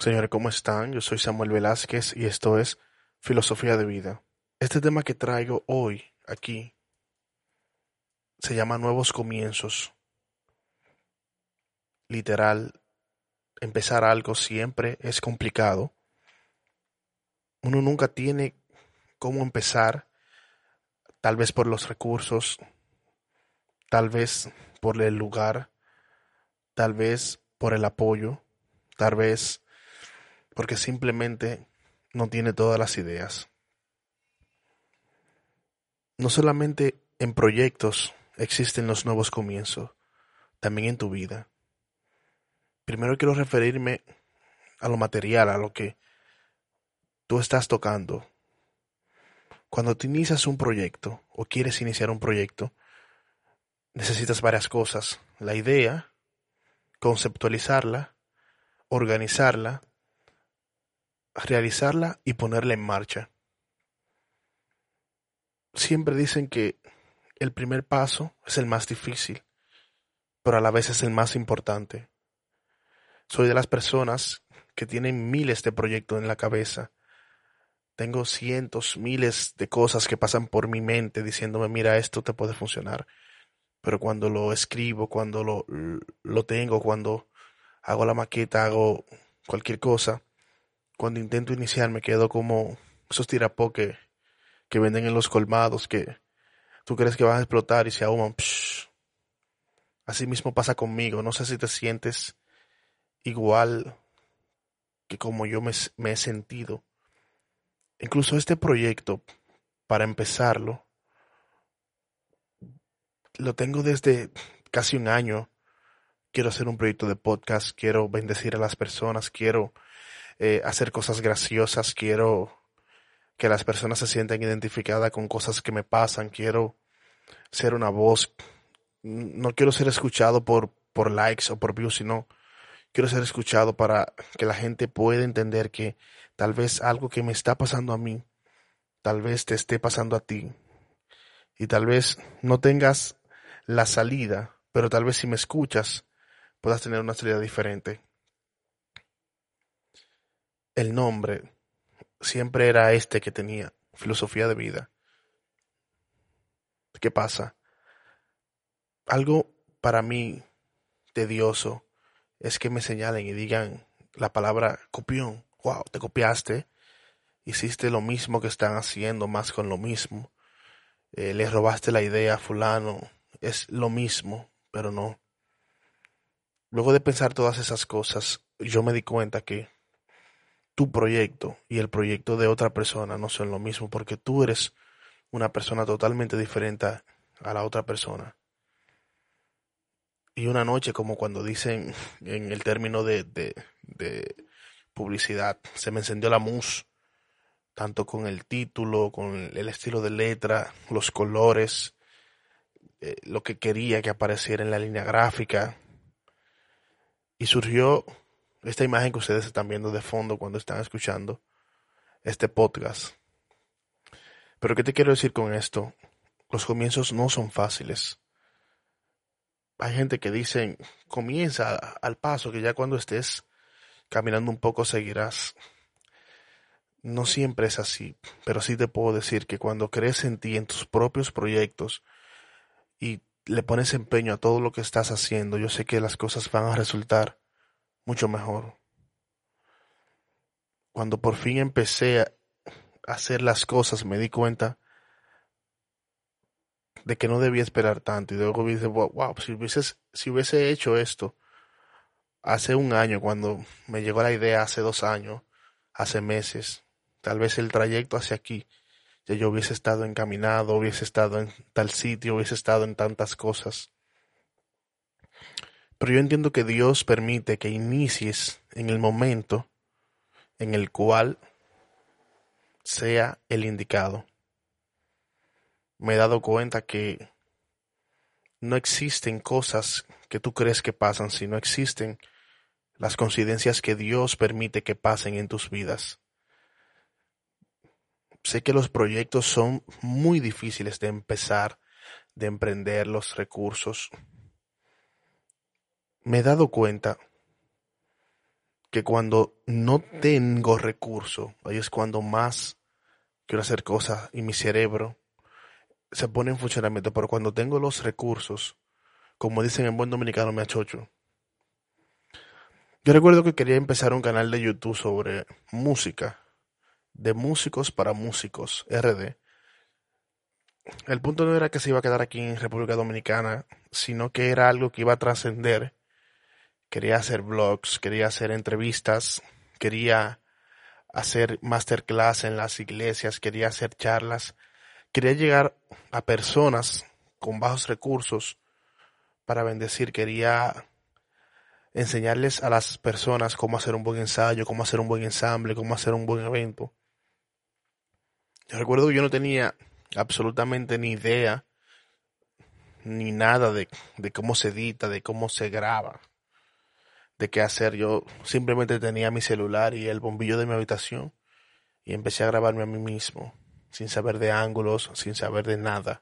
Señores, ¿cómo están? Yo soy Samuel Velázquez y esto es Filosofía de Vida. Este tema que traigo hoy aquí se llama Nuevos Comienzos. Literal, empezar algo siempre es complicado. Uno nunca tiene cómo empezar, tal vez por los recursos, tal vez por el lugar, tal vez por el apoyo, tal vez porque simplemente no tiene todas las ideas. No solamente en proyectos existen los nuevos comienzos, también en tu vida. Primero quiero referirme a lo material, a lo que tú estás tocando. Cuando tú inicias un proyecto o quieres iniciar un proyecto, necesitas varias cosas. La idea, conceptualizarla, organizarla, realizarla y ponerla en marcha. Siempre dicen que el primer paso es el más difícil, pero a la vez es el más importante. Soy de las personas que tienen miles de proyectos en la cabeza. Tengo cientos, miles de cosas que pasan por mi mente diciéndome, mira, esto te puede funcionar. Pero cuando lo escribo, cuando lo tengo, cuando hago la maqueta, hago cualquier cosa, cuando intento iniciar me quedo como esos tirapó que venden en los colmados, que tú crees que van a explotar y se ahuman. Psh. Así mismo pasa conmigo. No sé si te sientes igual que como yo me he sentido. Incluso este proyecto, para empezarlo, lo tengo desde casi un año. Quiero hacer un proyecto de podcast, quiero bendecir a las personas, quiero hacer cosas graciosas, quiero que las personas se sientan identificadas con cosas que me pasan, quiero ser una voz, no quiero ser escuchado por likes o por views, sino quiero ser escuchado para que la gente pueda entender que tal vez algo que me está pasando a mí, tal vez te esté pasando a ti, y tal vez no tengas la salida, pero tal vez si me escuchas, puedas tener una salida diferente. El nombre siempre era este que tenía, filosofía de vida. ¿Qué pasa? Algo para mí tedioso es que me señalen y digan la palabra copión. Wow, te copiaste, hiciste lo mismo que están haciendo, más con lo mismo. Le robaste la idea a fulano, es lo mismo, pero no. Luego de pensar todas esas cosas, yo me di cuenta que tu proyecto y el proyecto de otra persona no son lo mismo, porque tú eres una persona totalmente diferente a la otra persona. Y una noche, como cuando dicen en el término de publicidad, se me encendió la mus, tanto con el título, con el estilo de letra, los colores, lo que quería que apareciera en la línea gráfica. Y surgió esta imagen que ustedes están viendo de fondo cuando están escuchando este podcast. Pero ¿qué te quiero decir con esto? Los comienzos no son fáciles. Hay gente que dice, comienza al paso, que ya cuando estés caminando un poco seguirás. No siempre es así, pero sí te puedo decir que cuando crees en ti, en tus propios proyectos y le pones empeño a todo lo que estás haciendo, yo sé que las cosas van a resultar mucho mejor. Cuando por fin empecé a hacer las cosas, me di cuenta de que no debía esperar tanto y luego dije, wow, si hubiese hecho esto hace un año, cuando me llegó la idea hace 2 años, hace meses, tal vez el trayecto hacia aquí, ya yo hubiese estado encaminado, hubiese estado en tal sitio, hubiese estado en tantas cosas. Pero yo entiendo que Dios permite que inicies en el momento en el cual sea el indicado. Me he dado cuenta que no existen cosas que tú crees que pasan, sino existen las coincidencias que Dios permite que pasen en tus vidas. Sé que los proyectos son muy difíciles de empezar, de emprender los recursos. Me he dado cuenta que cuando no tengo recursos, ahí es cuando más quiero hacer cosas y mi cerebro se pone en funcionamiento. Pero cuando tengo los recursos, como dicen en buen dominicano, me achocho. Yo recuerdo que quería empezar un canal de YouTube sobre música, de músicos para músicos, RD. El punto no era que se iba a quedar aquí en República Dominicana, sino que era algo que iba a trascender. Quería hacer vlogs, quería hacer entrevistas, quería hacer masterclass en las iglesias, quería hacer charlas, quería llegar a personas con bajos recursos para bendecir, quería enseñarles a las personas cómo hacer un buen ensayo, cómo hacer un buen ensamble, cómo hacer un buen evento. Yo recuerdo que yo no tenía absolutamente ni idea ni nada de cómo se edita, de cómo se graba, de qué hacer. Yo simplemente tenía mi celular y el bombillo de mi habitación y empecé a grabarme a mí mismo, sin saber de ángulos, sin saber de nada.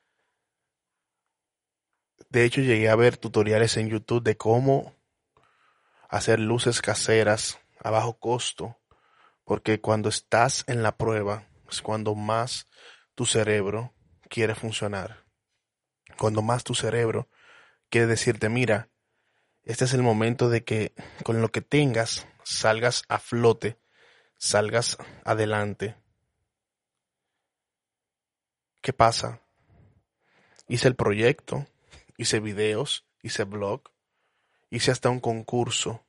De hecho, llegué a ver tutoriales en YouTube de cómo hacer luces caseras a bajo costo, porque cuando estás en la prueba es cuando más tu cerebro quiere funcionar, cuando más tu cerebro quiere decirte, mira, este es el momento de que con lo que tengas salgas a flote, salgas adelante. ¿Qué pasa? Hice el proyecto, hice videos, hice blog, hice hasta un concurso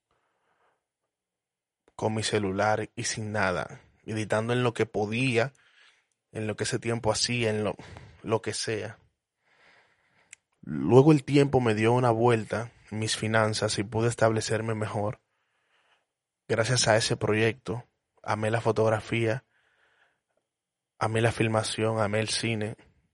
con mi celular y sin nada, editando en lo que podía, en lo que ese tiempo hacía, en lo que sea. Luego el tiempo me dio una vuelta en mis finanzas y pude establecerme mejor. Gracias a ese proyecto, amé la fotografía, amé la filmación, amé el cine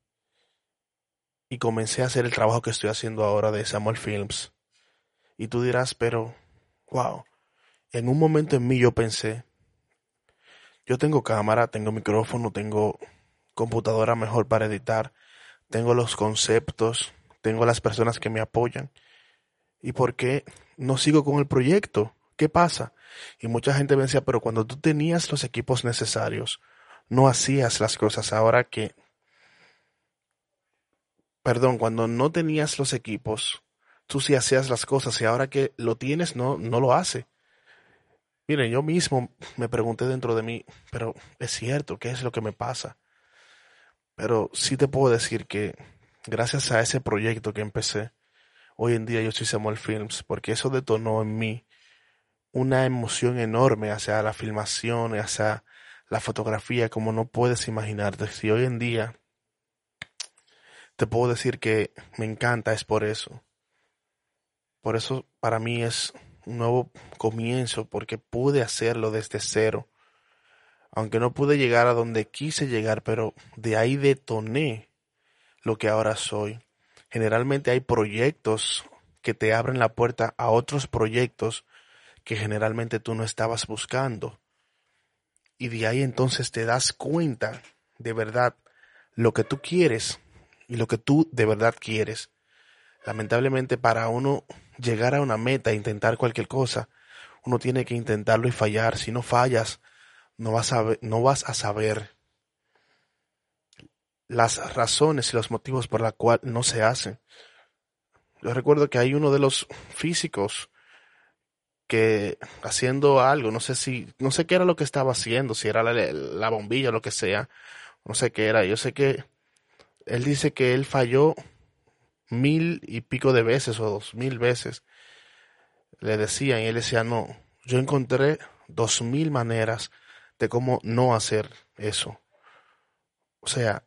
y comencé a hacer el trabajo que estoy haciendo ahora de Samuel Films. Y tú dirás, pero, wow, en un momento en mí yo pensé, yo tengo cámara, tengo micrófono, tengo computadora mejor para editar, tengo los conceptos, tengo las personas que me apoyan. ¿Y por qué no sigo con el proyecto? ¿Qué pasa? Y mucha gente me decía, pero cuando tú tenías los equipos necesarios, no hacías las cosas. Ahora que, perdón, cuando no tenías los equipos, tú sí hacías las cosas y ahora que lo tienes, no lo hace. Miren, yo mismo me pregunté dentro de mí, pero es cierto, ¿qué es lo que me pasa? Pero sí te puedo decir que gracias a ese proyecto que empecé, hoy en día yo soy Samuel Films, porque eso detonó en mí una emoción enorme hacia la filmación, hacia la fotografía, como no puedes imaginarte. Si hoy en día te puedo decir que me encanta, es por eso. Por eso para mí es un nuevo comienzo, porque pude hacerlo desde cero. Aunque no pude llegar a donde quise llegar, pero de ahí detoné lo que ahora soy. Generalmente hay proyectos que te abren la puerta a otros proyectos que generalmente tú no estabas buscando. Y de ahí entonces te das cuenta de verdad lo que tú quieres y lo que tú de verdad quieres. Lamentablemente para uno llegar a una meta e intentar cualquier cosa, uno tiene que intentarlo y fallar. Si no fallas, no vas a saber las razones y los motivos por la cual no se hacen. Yo recuerdo que hay uno de los físicos que haciendo algo, no sé qué era lo que estaba haciendo, si era la bombilla o lo que sea, no sé qué era. Yo sé que él dice que él falló 1000 y pico de veces o 2000 veces. Le decían y él decía, no, yo encontré 2000 maneras de cómo no hacer eso. O sea,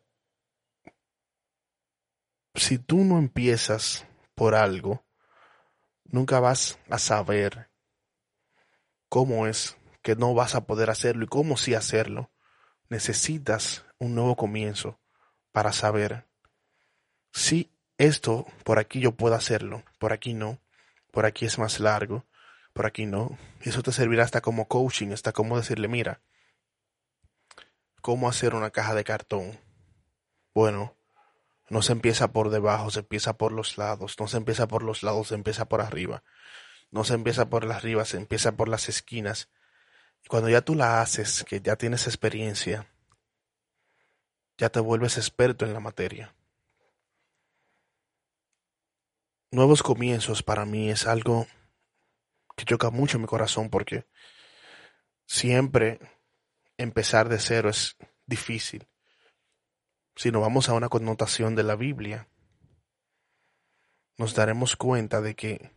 si tú no empiezas por algo, nunca vas a saber cómo es que no vas a poder hacerlo y cómo sí hacerlo. Necesitas un nuevo comienzo para saber si esto por aquí yo puedo hacerlo, por aquí no, por aquí es más largo, por aquí no. Y eso te servirá hasta como coaching, hasta como decirle, mira, ¿cómo hacer una caja de cartón? Bueno, no se empieza por debajo, se empieza por los lados, no se empieza por los lados, se empieza por arriba. No se empieza por las arriba, se empieza por las esquinas. Y cuando ya tú la haces, que ya tienes experiencia, ya te vuelves experto en la materia. Nuevos comienzos para mí es algo que choca mucho en mi corazón porque siempre empezar de cero es difícil. Si nos vamos a una connotación de la Biblia, nos daremos cuenta de que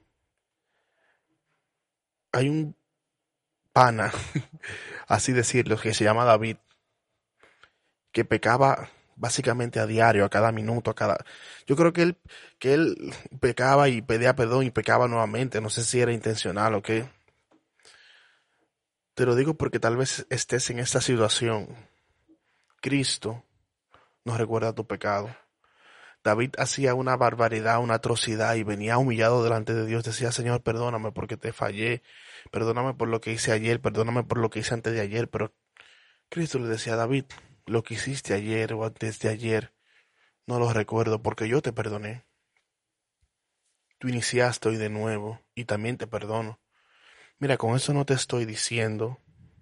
hay un pana, así decirlo, que se llama David, que pecaba básicamente a diario, a cada minuto, a cada... Yo creo que él pecaba y pedía perdón y pecaba nuevamente. No sé si era intencional o qué. Te lo digo porque tal vez estés en esta situación. Cristo nos recuerda tu pecado. David hacía una barbaridad, una atrocidad y venía humillado delante de Dios. Decía, Señor, perdóname porque te fallé. Perdóname por lo que hice ayer. Perdóname por lo que hice antes de ayer. Pero Cristo le decía a David, lo que hiciste ayer o antes de ayer, no lo recuerdo porque yo te perdoné. Tú iniciaste hoy de nuevo y también te perdono. Mira, con eso no te estoy diciendo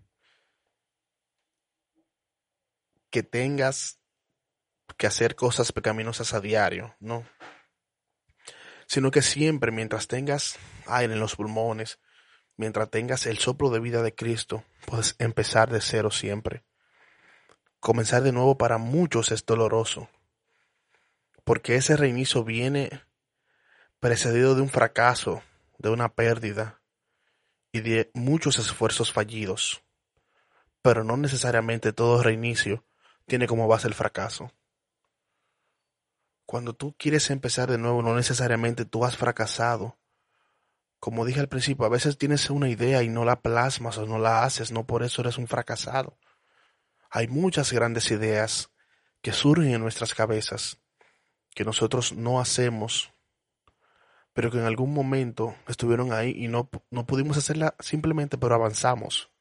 que tengas que hacer cosas pecaminosas a diario, no. Sino que siempre, mientras tengas aire en los pulmones, mientras tengas el soplo de vida de Cristo, puedes empezar de cero siempre. Comenzar de nuevo para muchos es doloroso, porque ese reinicio viene precedido de un fracaso, de una pérdida y de muchos esfuerzos fallidos. Pero no necesariamente todo reinicio tiene como base el fracaso. Cuando tú quieres empezar de nuevo, no necesariamente tú has fracasado. Como dije al principio, a veces tienes una idea y no la plasmas o no la haces, no por eso eres un fracasado. Hay muchas grandes ideas que surgen en nuestras cabezas, que nosotros no hacemos, pero que en algún momento estuvieron ahí y no pudimos hacerla simplemente, pero avanzamos.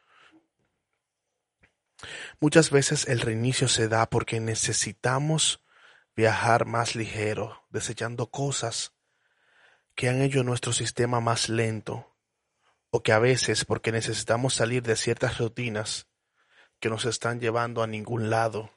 Muchas veces el reinicio se da porque necesitamos viajar más ligero, desechando cosas que han hecho nuestro sistema más lento, o que a veces porque necesitamos salir de ciertas rutinas que nos están llevando a ningún lado.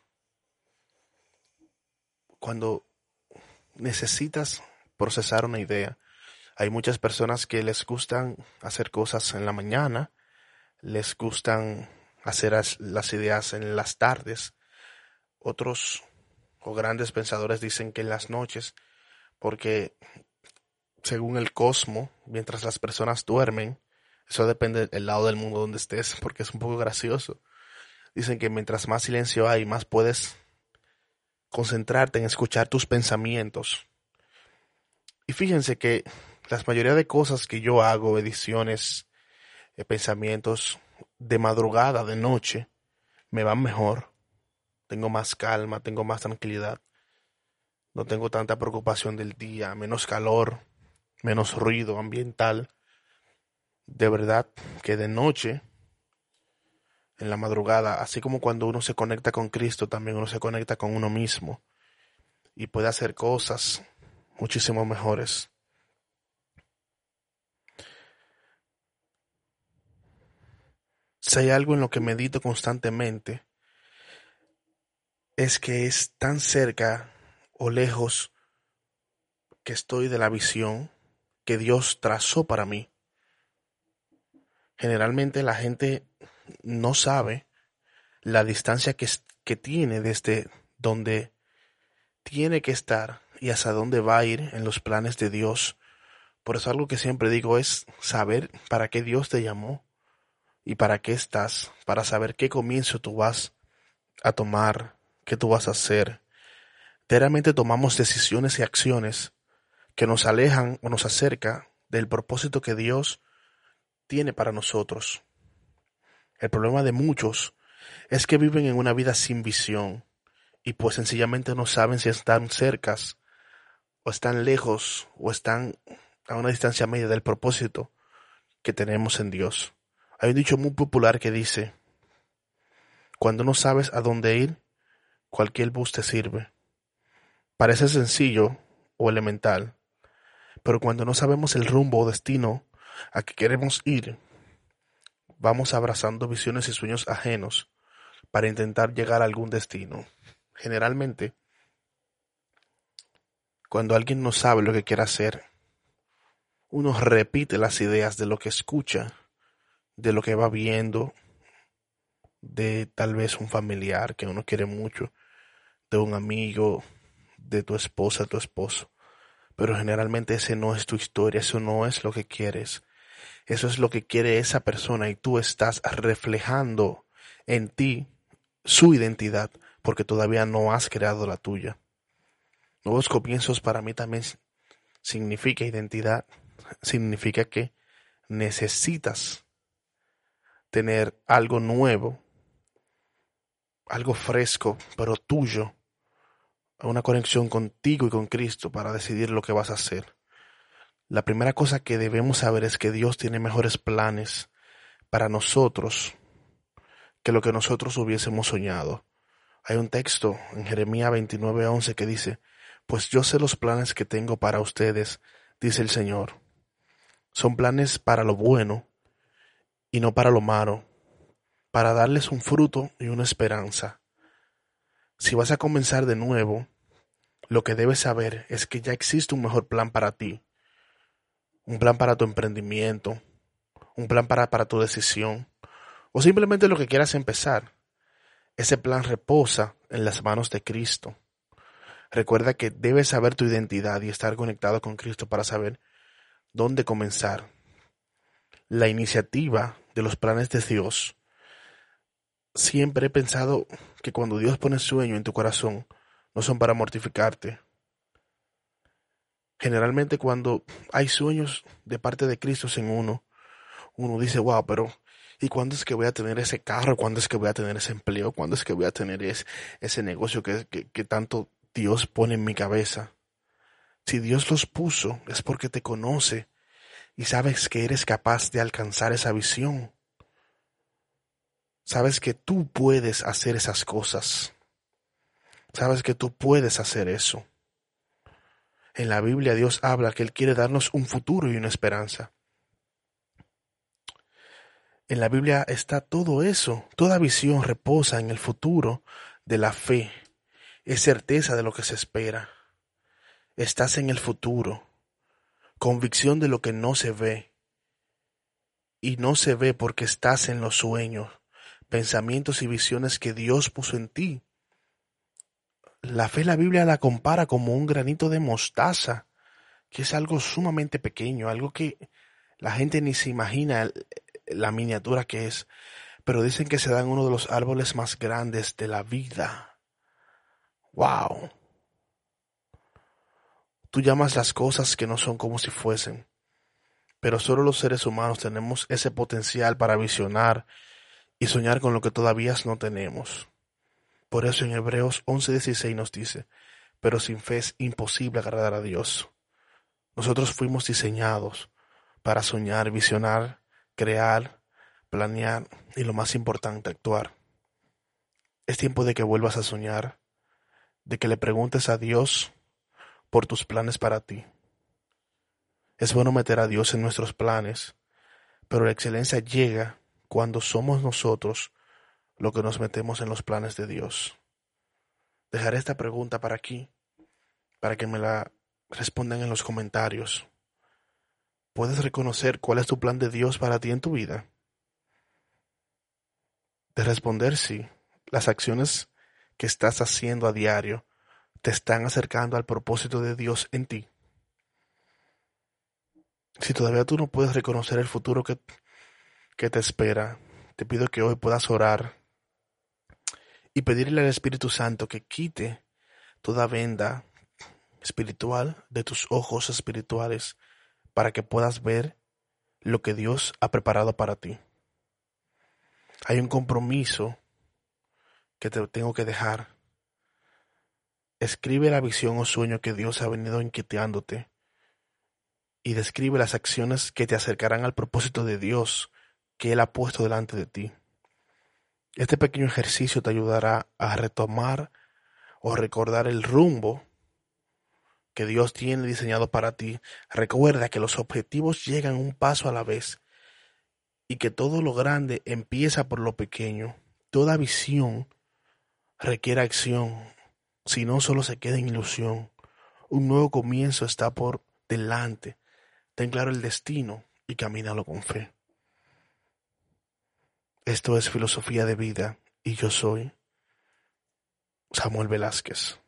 Cuando necesitas procesar una idea, hay muchas personas que les gustan hacer cosas en la mañana, les gustan hacer las ideas en las tardes. Otros o grandes pensadores dicen que en las noches, porque según el cosmo, mientras las personas duermen, eso depende del lado del mundo donde estés, porque es un poco gracioso. Dicen que mientras más silencio hay, más puedes concentrarte en escuchar tus pensamientos. Y fíjense que la mayoría de cosas que yo hago, ediciones, pensamientos de madrugada, de noche, me van mejor. Tengo más calma, tengo más tranquilidad. No tengo tanta preocupación del día, menos calor, menos ruido ambiental. De verdad que de noche, en la madrugada, así como cuando uno se conecta con Cristo, también uno se conecta con uno mismo y puede hacer cosas muchísimo mejores. Si hay algo en lo que medito constantemente, es que es tan cerca o lejos que estoy de la visión que Dios trazó para mí. Generalmente la gente no sabe la distancia que tiene desde donde tiene que estar y hacia dónde va a ir en los planes de Dios. Por eso algo que siempre digo es saber para qué Dios te llamó y para qué estás, para saber qué comienzo tú vas a tomar, qué tú vas a hacer. Diariamente tomamos decisiones y acciones que nos alejan o nos acercan del propósito que Dios tiene para nosotros. El problema de muchos es que viven en una vida sin visión y pues sencillamente no saben si están cercas o están lejos o están a una distancia media del propósito que tenemos en Dios. Hay un dicho muy popular que dice, cuando no sabes a dónde ir, cualquier bus te sirve. Parece sencillo o elemental, pero cuando no sabemos el rumbo o destino, a que queremos ir, vamos abrazando visiones y sueños ajenos para intentar llegar a algún destino. Generalmente, cuando alguien no sabe lo que quiere hacer, uno repite las ideas de lo que escucha, de lo que va viendo, de tal vez un familiar que uno quiere mucho, de un amigo, de tu esposa, tu esposo. Pero generalmente ese no es tu historia, eso no es lo que quieres. Eso es lo que quiere esa persona y tú estás reflejando en ti su identidad porque todavía no has creado la tuya. Nuevos comienzos para mí también significa identidad, significa que necesitas tener algo nuevo, algo fresco, pero tuyo, una conexión contigo y con Cristo para decidir lo que vas a hacer. La primera cosa que debemos saber es que Dios tiene mejores planes para nosotros que lo que nosotros hubiésemos soñado. Hay un texto en Jeremías 29:11 que dice, pues yo sé los planes que tengo para ustedes, dice el Señor. Son planes para lo bueno y no para lo malo, para darles un fruto y una esperanza. Si vas a comenzar de nuevo, lo que debes saber es que ya existe un mejor plan para ti, un plan para tu emprendimiento, un plan para tu decisión, o simplemente lo que quieras empezar. Ese plan reposa en las manos de Cristo. Recuerda que debes saber tu identidad y estar conectado con Cristo para saber dónde comenzar. La iniciativa de los planes de Dios. Siempre he pensado que cuando Dios pone sueño en tu corazón, no son para mortificarte. Generalmente cuando hay sueños de parte de Cristo en uno dice, wow, pero ¿y cuándo es que voy a tener ese carro? ¿Cuándo es que voy a tener ese empleo? ¿Cuándo es que voy a tener ese negocio que tanto Dios pone en mi cabeza? Si Dios los puso es porque te conoce y sabes que eres capaz de alcanzar esa visión. Sabes que tú puedes hacer esas cosas. Sabes que tú puedes hacer eso. En la Biblia Dios habla que Él quiere darnos un futuro y una esperanza. En la Biblia está todo eso. Toda visión reposa en el futuro de la fe. Es certeza de lo que se espera. Estás en el futuro. Convicción de lo que no se ve. Y no se ve porque estás en los sueños. Pensamientos y visiones que Dios puso en ti. La fe la Biblia la compara como un granito de mostaza, que es algo sumamente pequeño, algo que la gente ni se imagina la miniatura que es, pero dicen que se da en uno de los árboles más grandes de la vida. ¡Wow! Tú llamas las cosas que no son como si fuesen, pero solo los seres humanos tenemos ese potencial para visionar y soñar con lo que todavía no tenemos. Por eso en Hebreos 11:16 nos dice, pero sin fe es imposible agradar a Dios. Nosotros fuimos diseñados para soñar, visionar, crear, planear y lo más importante, actuar. Es tiempo de que vuelvas a soñar, de que le preguntes a Dios por tus planes para ti. Es bueno meter a Dios en nuestros planes, pero la excelencia llega cuando somos nosotros lo que nos metemos en los planes de Dios. Dejaré esta pregunta para aquí, para que me la respondan en los comentarios. ¿Puedes reconocer cuál es tu plan de Dios para ti en tu vida? De responder sí, las acciones que estás haciendo a diario te están acercando al propósito de Dios en ti. Si todavía tú no puedes reconocer el futuro que te espera, te pido que hoy puedas orar y pedirle al Espíritu Santo que quite toda venda espiritual de tus ojos espirituales para que puedas ver lo que Dios ha preparado para ti. Hay un compromiso que te tengo que dejar. Escribe la visión o sueño que Dios ha venido inquietándote y describe las acciones que te acercarán al propósito de Dios que Él ha puesto delante de ti. Este pequeño ejercicio te ayudará a retomar o recordar el rumbo que Dios tiene diseñado para ti. Recuerda que los objetivos llegan un paso a la vez y que todo lo grande empieza por lo pequeño. Toda visión requiere acción, si no solo se queda en ilusión. Un nuevo comienzo está por delante. Ten claro el destino y camínalo con fe. Esto es Filosofía de Vida y yo soy Samuel Velázquez.